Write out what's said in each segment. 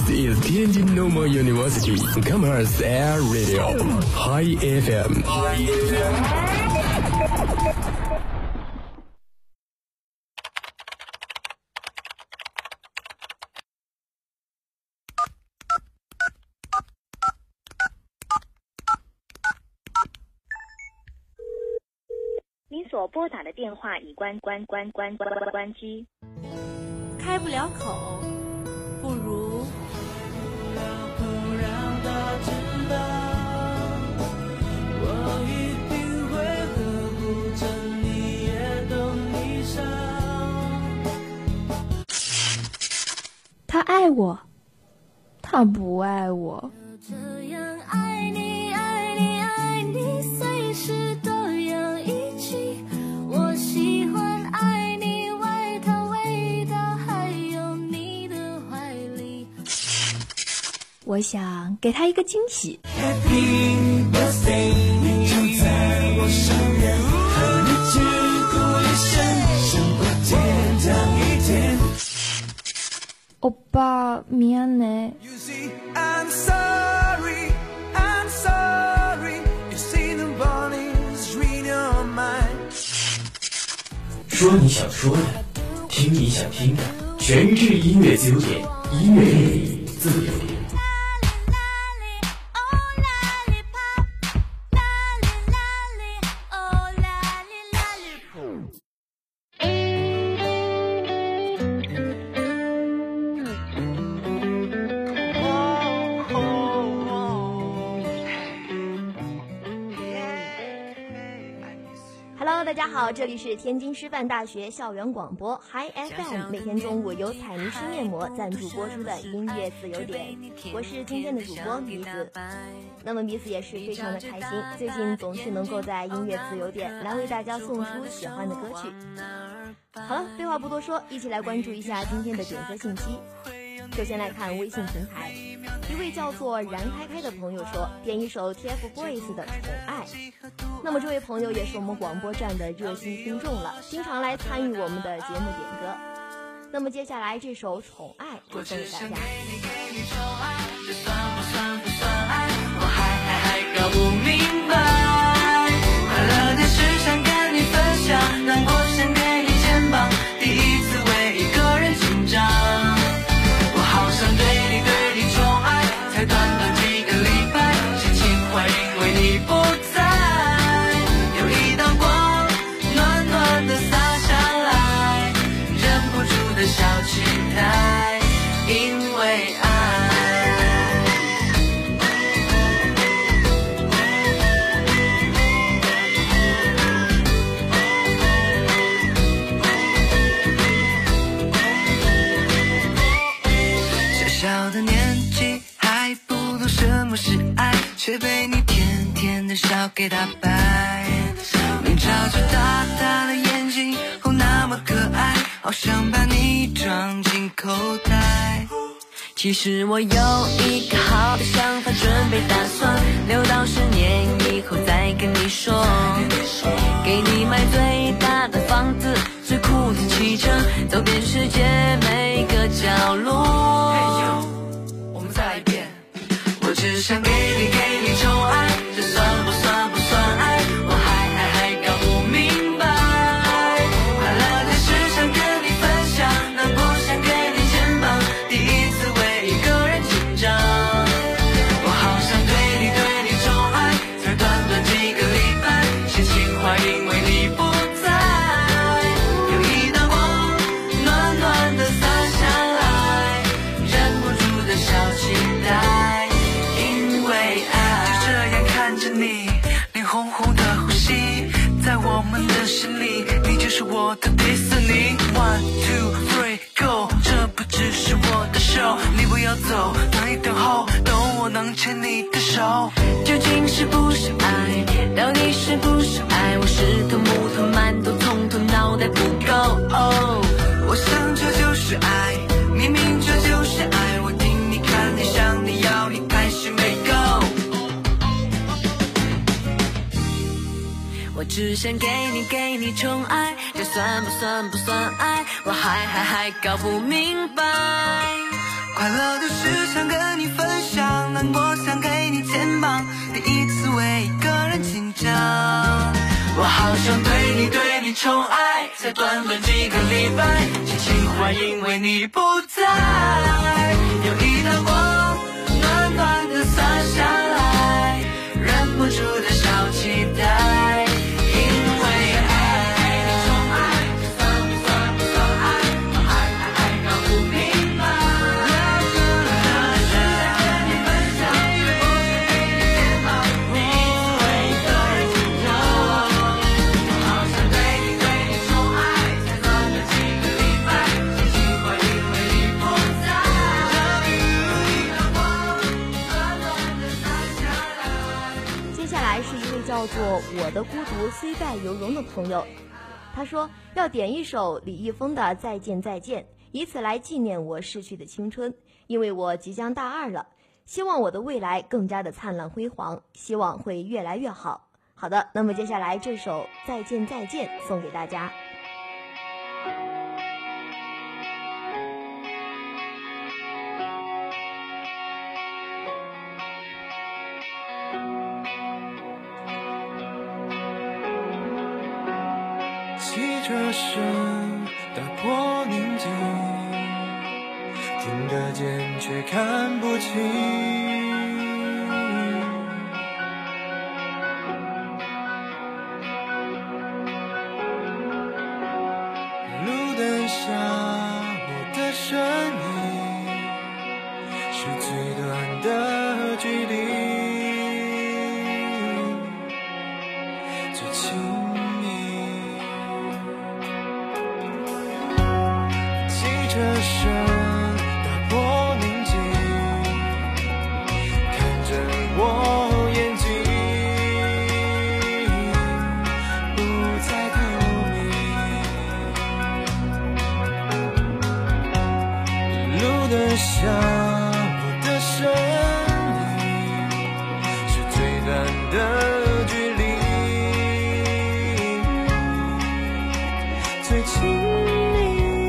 is Tianjin Normal University Commerce Air Radio High FM。 您所拨打的电话已关机， 开不了口，不如我一定会呵护着你，也懂你伤。 他爱我，他不爱我。 这样爱你，爱你，爱你，随时都要一起。我喜欢爱你外套味道，还有你的怀里。 我想给他一个惊喜。 Happy birthday， 你就在我身边，和你只顾一生，生活天堂一天。 欧巴，미안해。 You see, I'm sorry, I'm sorry. You see the body's read your mind. 说你想说的，听你想听的，全日制音乐自由点，音乐电力自由点。 大家好，这里是天津师范大学校园广播 Hi FM， 每天中午由彩泥师面膜赞助播出的音乐自由点，我是今天的主播米子。那么米子也是非常的开心，最近总是能够在音乐自由点来为大家送出喜欢的歌曲。好了，废话不多说，一起来关注一下今天的点歌信息。首先来看微信平台，一位叫做燃开开的朋友说点一首 TFBOYS 的宠爱。那么这位朋友也是我们广播站的热心听众了，经常来参与我们的节目点歌。那么接下来这首宠爱就送给大家。 这算不算不算爱，我还搞不明白。快乐的事想跟你分享，难过想给你肩膀，第一次为一个人紧张。我好想对你宠爱，才短短几个礼拜，心情会因为你不在，有一道光暖暖的洒下来，忍不住的小期待，因为爱。小的年纪还不懂什么是爱，却被你甜甜的笑给打败。明照着大大的眼睛，哦那么可爱，好想把你装进口袋。其实我有一个好的想法，准备打算6到10年以后再跟你说，给你买最大的房子，最酷的汽车，走遍世界每个角落。我们再来一遍。我只想给你宠爱，这算不算不算爱，我还搞不明白。快乐的事想跟你分享，难过想给你肩膀，第一次为一个人紧张。我好想对你宠爱，才短短几个礼拜，心情坏因为你不在，有一道光暖暖的洒下来，忍不住的小期待，因为爱。就这样看着你，脸红红的呼吸，在我们的心里，你就是我的迪士尼。1 2 3 go， 这不只是我的show，你不要走，等一等候，等我能牵你的手。究竟是不是爱？到底是不是爱？我是头木头馒头，从头脑袋不够。哦，我想这就是爱，明明这就是爱，我听你看你想你要你还是没够。我只想给你宠爱，这算不算不算爱，我还搞不明白。快乐的事想宠爱，才短短几个礼拜，这情怀因为你不在，有一道光暖暖的洒下来，忍不住的小期待，因为爱你宠爱，这算不算不算爱？把爱搞不明白。现在跟你分享，却不是给你填饱，你会对我，我好想对你宠爱，才短短几个礼拜，这情怀因为你不在，有一道光暖暖的洒下来。 接下来是一位叫做我的孤独虽败犹荣的朋友，他说要点一首李易峰的《再见再见》，以此来纪念我逝去的青春，因为我即将大2了，希望我的未来更加的灿烂辉煌，希望会越来越好。好的，那么接下来这首《再见再见》送给大家。 汽车声打破宁静，听得见却看不清，路灯下我的身影，是最短的距离，最亲密。汽车声打破宁静，看着我眼睛不再透明，路灯下我的身影，是最短的距离，最亲密。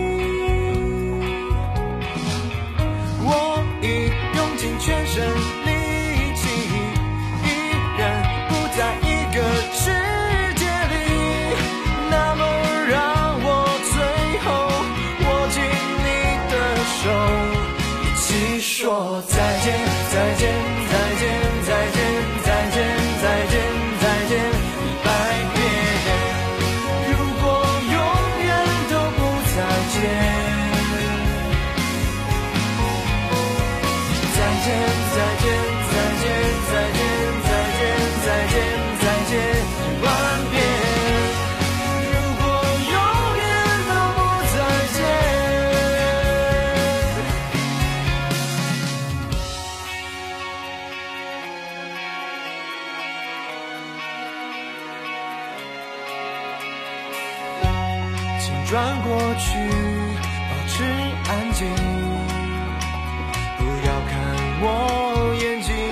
全身力气，依然不在一个世界里，那么让我最后握紧你的手，一起说再见再见再见再见再见再见再见100遍，如果永远都不再见，再见再见再见再见再见再见再见10000遍，如果永远都不再见。请转过去，保持安静，不要看我眼睛，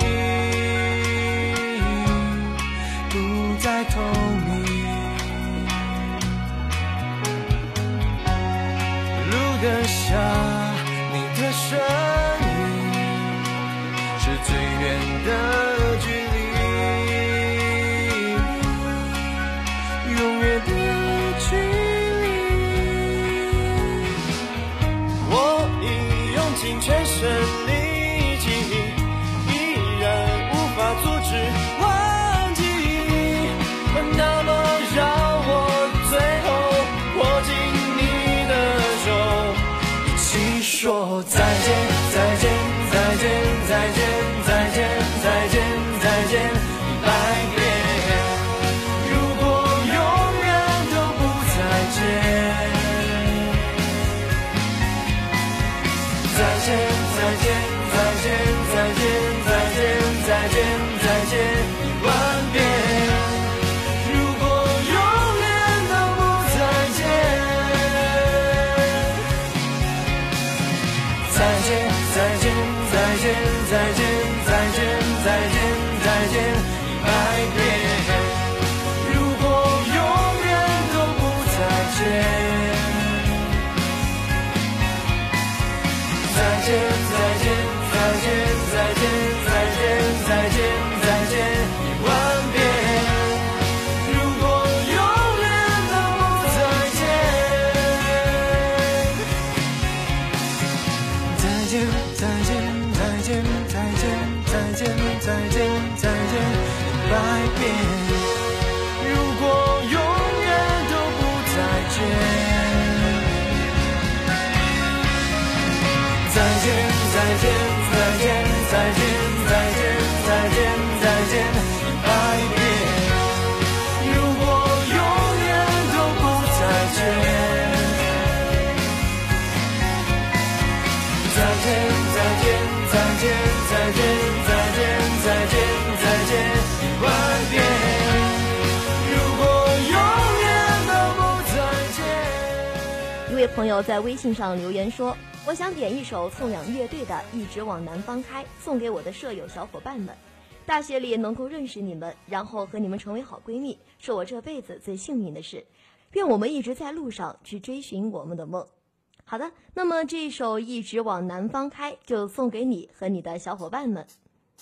不再透明，路灯下你的身影，是最远的距离，永远的距离，我已用尽全身力气，依然无法阻止忘记，那么让我最后握紧你的手，一起说再见再见再见再见再见再见再见100遍，如果永远都不再见，再见再见再见再见再见再见再见10000遍，如果永远都不再见，再见再见再见再见再见再见再见100遍，如果永远都不再见，再见再见再见再见再见再见再见10000遍，如果永远都不再见，再见，再见，再见，再见，再见，再见，100遍。如果永远都不再见。再见，再见，再见，再见，再见，再见，再见，100遍。如果永远都不再见。再见，再见，再见，再见，再见，再见，再见100遍。如果永远都不再见。 一位朋友在微信上留言说，我想点一首宋阳乐队的《一直往南方开》，送给我的舍友小伙伴们。大学里能够认识你们，然后和你们成为好闺蜜，是我这辈子最幸运的事。愿我们一直在路上去追寻我们的梦。好的，那么这一首《一直往南方开》就送给你和你的小伙伴们。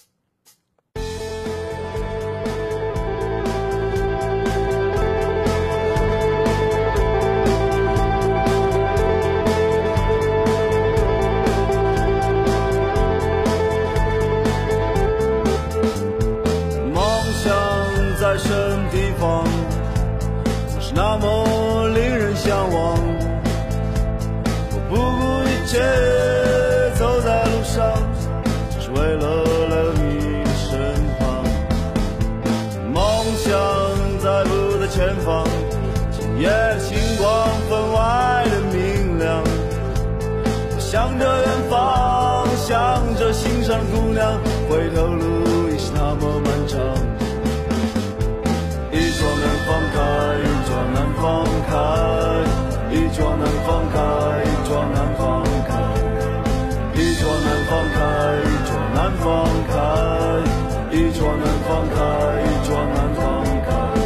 在什么地方总是那么令人向往，我不顾一切走在路上，只是为了来到你的身旁。梦想在不在前方，今夜的星光分外的明亮。我向着远方，向着心上姑娘，回头路已是那么漫长。一直往南方开，一直往南方开，一直往南方开，一直往南方开，一直往南方开，一直往南方开，一直往南方开，一直往南方开。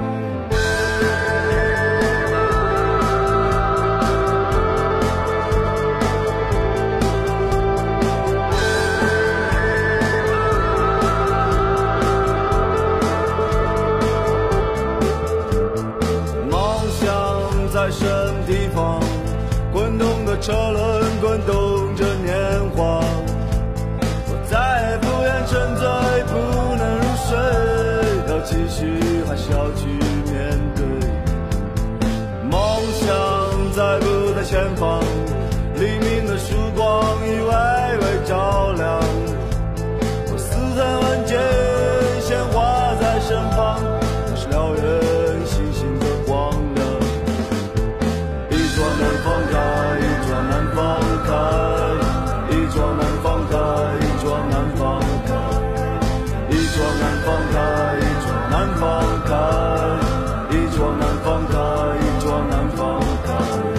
在什么地方，滚动的车轮滚动着年华，我再也不愿沉醉，不能入睡，要继续还是要去面对。梦想在不在前方，黎明的曙光已微微照亮，我似曾闻见鲜花在身旁，那是燎原星星的光亮。一直往南方开，一直往南方开，一直往南方开，一直往南方开，一直往南方开，一直往南方开，一直往南方开，一直往南方开。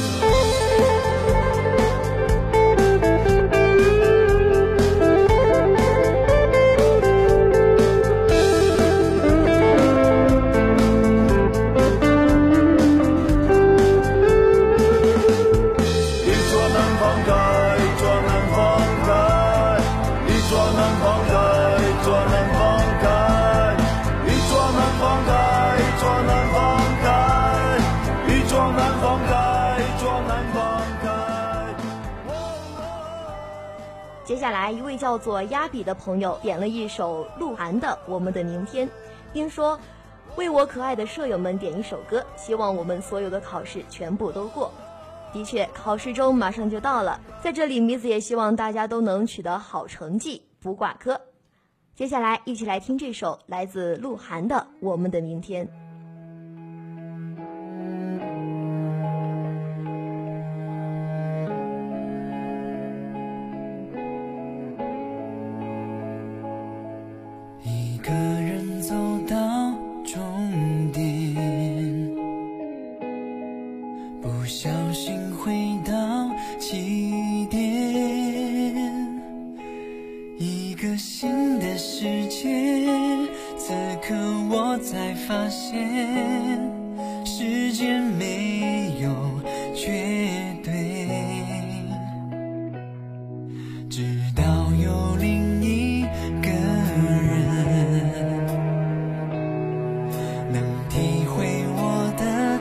接下来一位叫做亚比的朋友点了一首鹿晗的《我们的明天》，并说为我可爱的舍友们点一首歌，希望我们所有的考试全部都过。的确，考试周马上就到了，在这里米子也希望大家都能取得好成绩，不挂科。接下来一起来听这首来自鹿晗的《我们的明天》。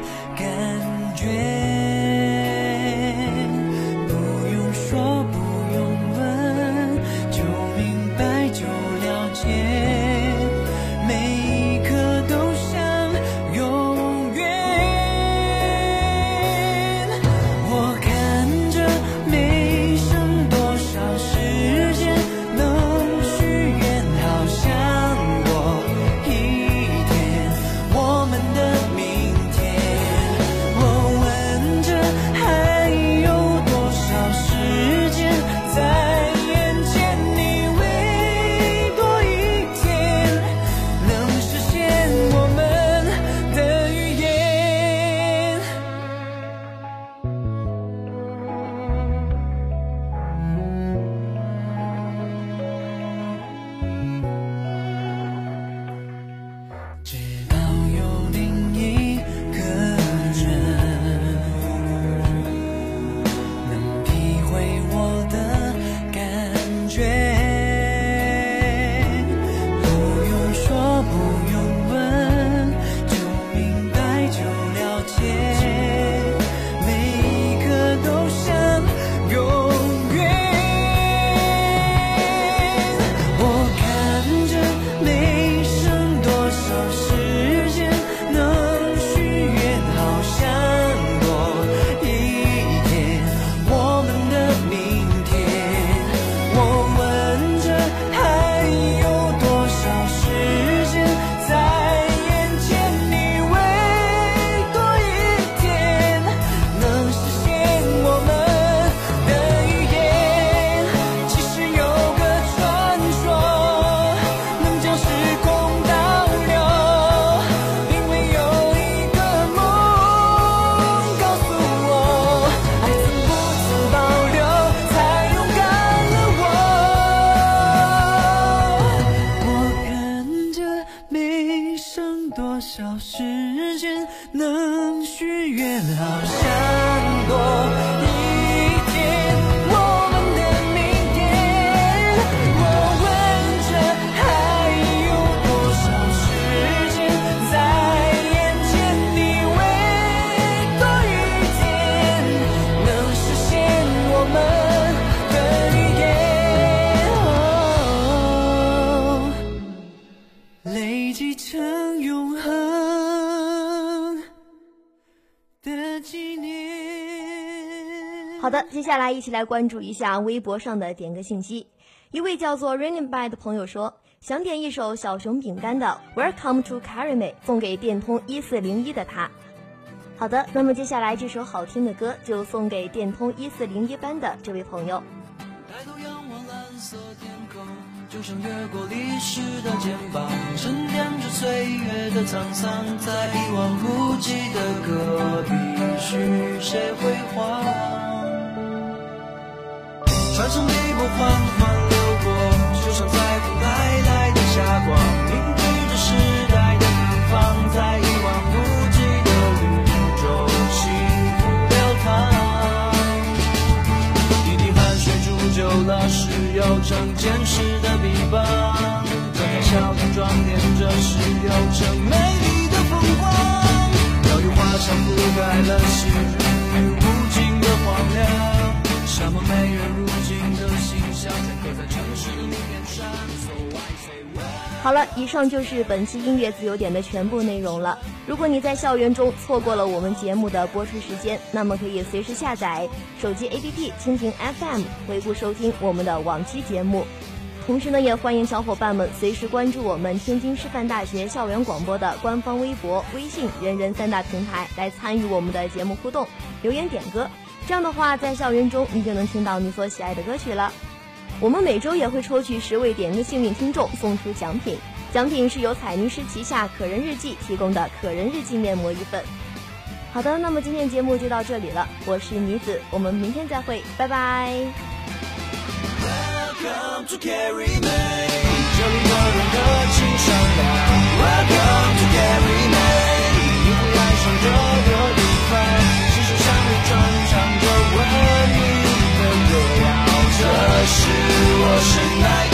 不用说，不用接下来一起来关注一下微博上的点歌信息。一位叫做 Raining By 的朋友说，想点一首小熊饼干的 Welcome to Carry 送给电通1401的他。好的，那么接下来这首好听的歌就送给电通1401班的这位朋友。 抬头仰望蓝色天空，就像越过历史的肩膀，沉淀着岁月的沧桑，在一望无际的戈壁，许谁辉煌？传承一波缓缓流过，就像在乎皑皑的霞光，凝聚着时代的芬芳，在一望无际的绿洲起伏流淌。滴滴汗水铸就了石油城坚实的臂膀，这条小径装点着石油城美丽的风光。鸟语花香覆盖了昔日无尽的荒凉，沙漠没人如今的形象，镌刻在城市的路边上。 好了，以上就是本期音乐自由点的全部内容了。如果你在校园中错过了我们节目的播出时间，那么可以随时下载手机 APP 蜻蜓 FM 回顾收听我们的往期节目。同时呢，也欢迎小伙伴们随时关注我们天津师范大学校园广播的官方微博、微信、人人3大平台来参与我们的节目互动、留言点歌。这样的话，在校园中你就能听到你所喜爱的歌曲了。我们每周也会抽取10位点歌幸运听众送出奖品，奖品是由彩泥师旗下可人日记提供的可人日记面膜1份。好的，那么今天节目就到这里了，我是妮子，我们明天再会，拜拜。 Welcome to Carry Me， 这里的人热情善良。Welcome to Carry Me， 你会爱上这个地方，携手相约传唱着文明的歌谣，这是我深爱